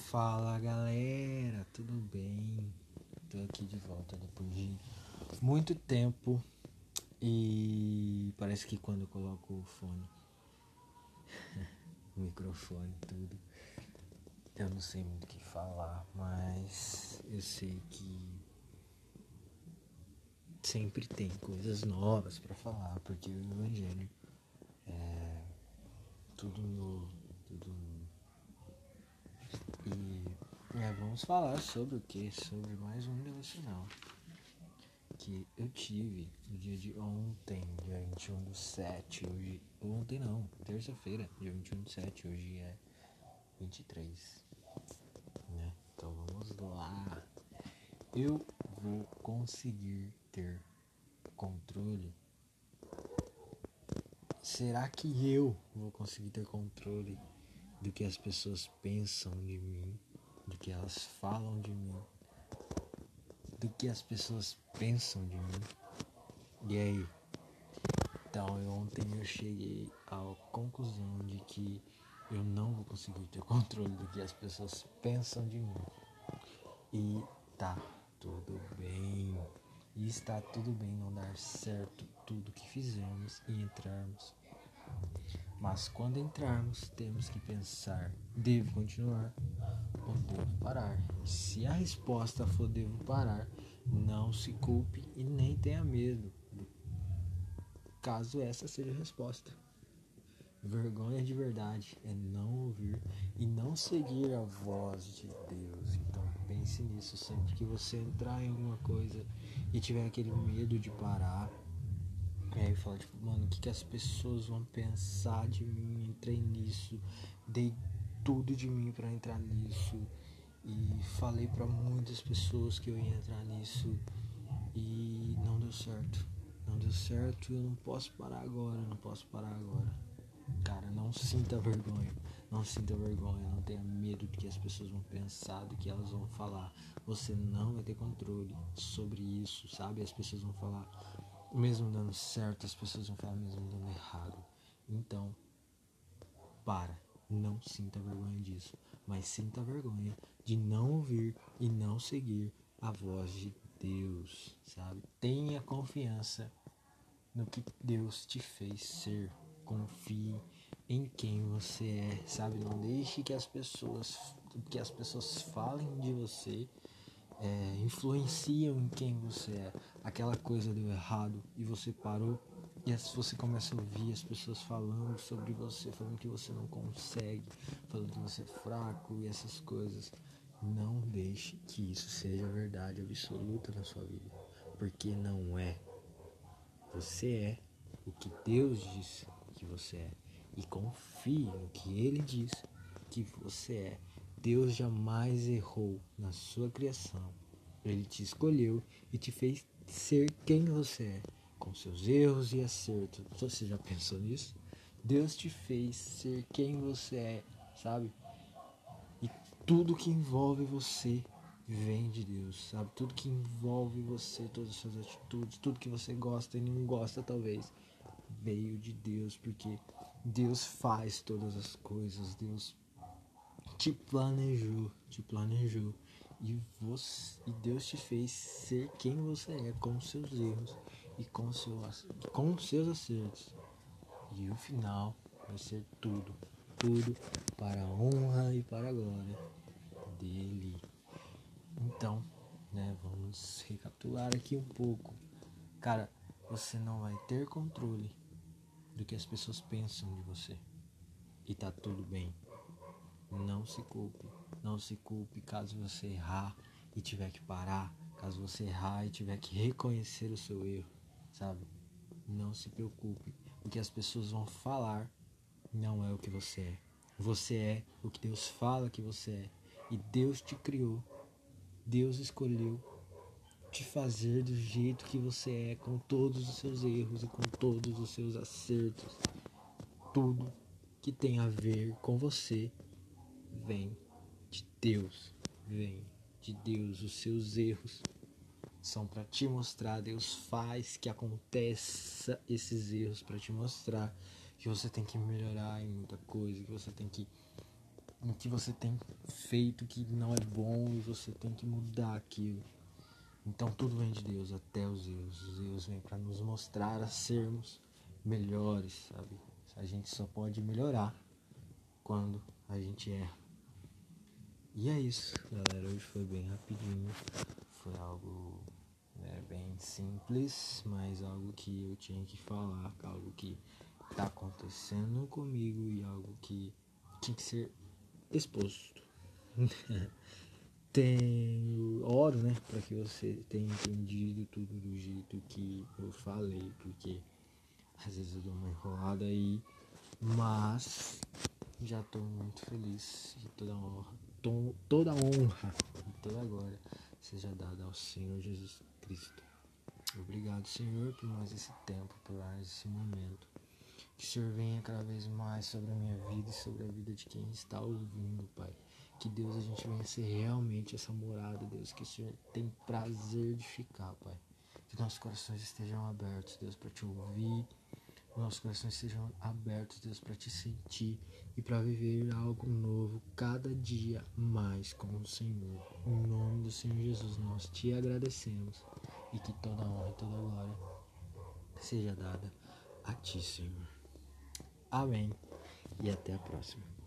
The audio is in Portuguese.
Fala galera, tudo bem? Tô aqui de volta depois de muito tempo e parece que quando eu coloco o fone, o microfone, tudo, eu não sei muito o que falar, mas eu sei que sempre tem coisas novas pra falar, porque o Evangelho é tudo novo, tudo novo. E vamos falar sobre o que? Sobre mais um devocional que eu tive no dia de ontem, dia 21/7, hoje, ontem não, terça-feira, dia 21/7, hoje é 23, né? Então vamos lá. Eu vou conseguir ter controle? Será que eu vou conseguir ter controle do que as pessoas pensam de mim, do que elas falam de mim, do que as pessoas pensam de mim? E aí? Então, ontem eu cheguei à conclusão de que eu não vou conseguir ter controle do que as pessoas pensam de mim. E tá tudo bem. E está tudo bem não dar certo tudo que fizermos e entrarmos. Mas quando entrarmos, temos que pensar: devo continuar ou devo parar? Se a resposta for devo parar, não se culpe e nem tenha medo, caso essa seja a resposta. Vergonha de verdade é não ouvir e não seguir a voz de Deus. Então pense nisso sempre que você entrar em alguma coisa e tiver aquele medo de parar. E aí fala, tipo, mano, o que as pessoas vão pensar de mim? Entrei nisso, dei tudo de mim pra entrar nisso e falei pra muitas pessoas que eu ia entrar nisso e não deu certo. Não deu certo, eu não posso parar agora, não posso parar agora. Cara, não sinta vergonha, não sinta vergonha, não tenha medo do que as pessoas vão pensar, do que elas vão falar. Você não vai ter controle sobre isso, sabe? As pessoas vão falar, mesmo dando certo, as pessoas vão falar mesmo dando errado. Então, não sinta vergonha disso, mas sinta vergonha de não ouvir e não seguir a voz de Deus, sabe? Tenha confiança no que Deus te fez ser. Confie em quem você é, sabe? Não deixe que as pessoas falem de você, influenciam em quem você é. Aquela coisa deu errado e você parou e você começa a ouvir as pessoas falando sobre você, falando que você não consegue, falando que você é fraco e essas coisas. Não deixe que isso seja verdade absoluta na sua vida, porque não é. Você é o que Deus diz que você é. E confie no que Ele diz que você é. Deus jamais errou na sua criação. Ele te escolheu e te fez ser quem você é, com seus erros e acertos. Você já pensou nisso? Deus te fez ser quem você é, sabe? E tudo que envolve você vem de Deus, sabe? Tudo que envolve você, todas as suas atitudes, tudo que você gosta e não gosta talvez, veio de Deus, porque Deus faz todas as coisas, Deus te planejou e Deus te fez ser quem você é, com seus erros e com seus acertos. E o final vai ser tudo para a honra e para a glória dele. Então, vamos recapitular aqui um pouco. Cara, você não vai ter controle do que as pessoas pensam de você. E tá tudo bem. Não se culpe. Não se culpe caso você errar e tiver que parar. Caso você errar e tiver que reconhecer o seu erro, sabe? Não se preocupe. O que as pessoas vão falar não é o que você é. Você é o que Deus fala que você é. E Deus te criou. Deus escolheu te fazer do jeito que você é, com todos os seus erros e com todos os seus acertos. Tudo que tem a ver com você vem de Deus. Vem de Deus. Os seus erros são para te mostrar. Deus faz que aconteça esses erros para te mostrar que você tem que melhorar em muita coisa, que você tem que em que você tem feito que não é bom e você tem que mudar aquilo. Então tudo vem de Deus, até os erros. Os erros vêm para nos mostrar a sermos melhores, sabe? A gente só pode melhorar quando a gente erra. E é isso, galera. Hoje foi bem rapidinho. Foi algo bem simples, mas algo que eu tinha que falar, algo que tá acontecendo comigo e algo que tinha que ser exposto. Oro, né, para que você tenha entendido tudo do jeito que eu falei, porque às vezes eu dou uma enrolada aí, mas já estou muito feliz e toda honra e toda glória seja dada ao Senhor Jesus Cristo. Obrigado, Senhor, por mais esse tempo, por mais esse momento. Que o Senhor venha cada vez mais sobre a minha vida e sobre a vida de quem está ouvindo, Pai. Que Deus, a gente venha ser realmente essa morada, Deus, que o Senhor tem prazer de ficar, Pai. Que nossos corações estejam abertos, Deus, para te ouvir. Que nossos corações estejam abertos, Deus, para te sentir e para viver algo novo cada dia mais com o Senhor. Em nome do Senhor Jesus, nós te agradecemos e que toda honra e toda glória seja dada a ti, Senhor. Amém. E até a próxima.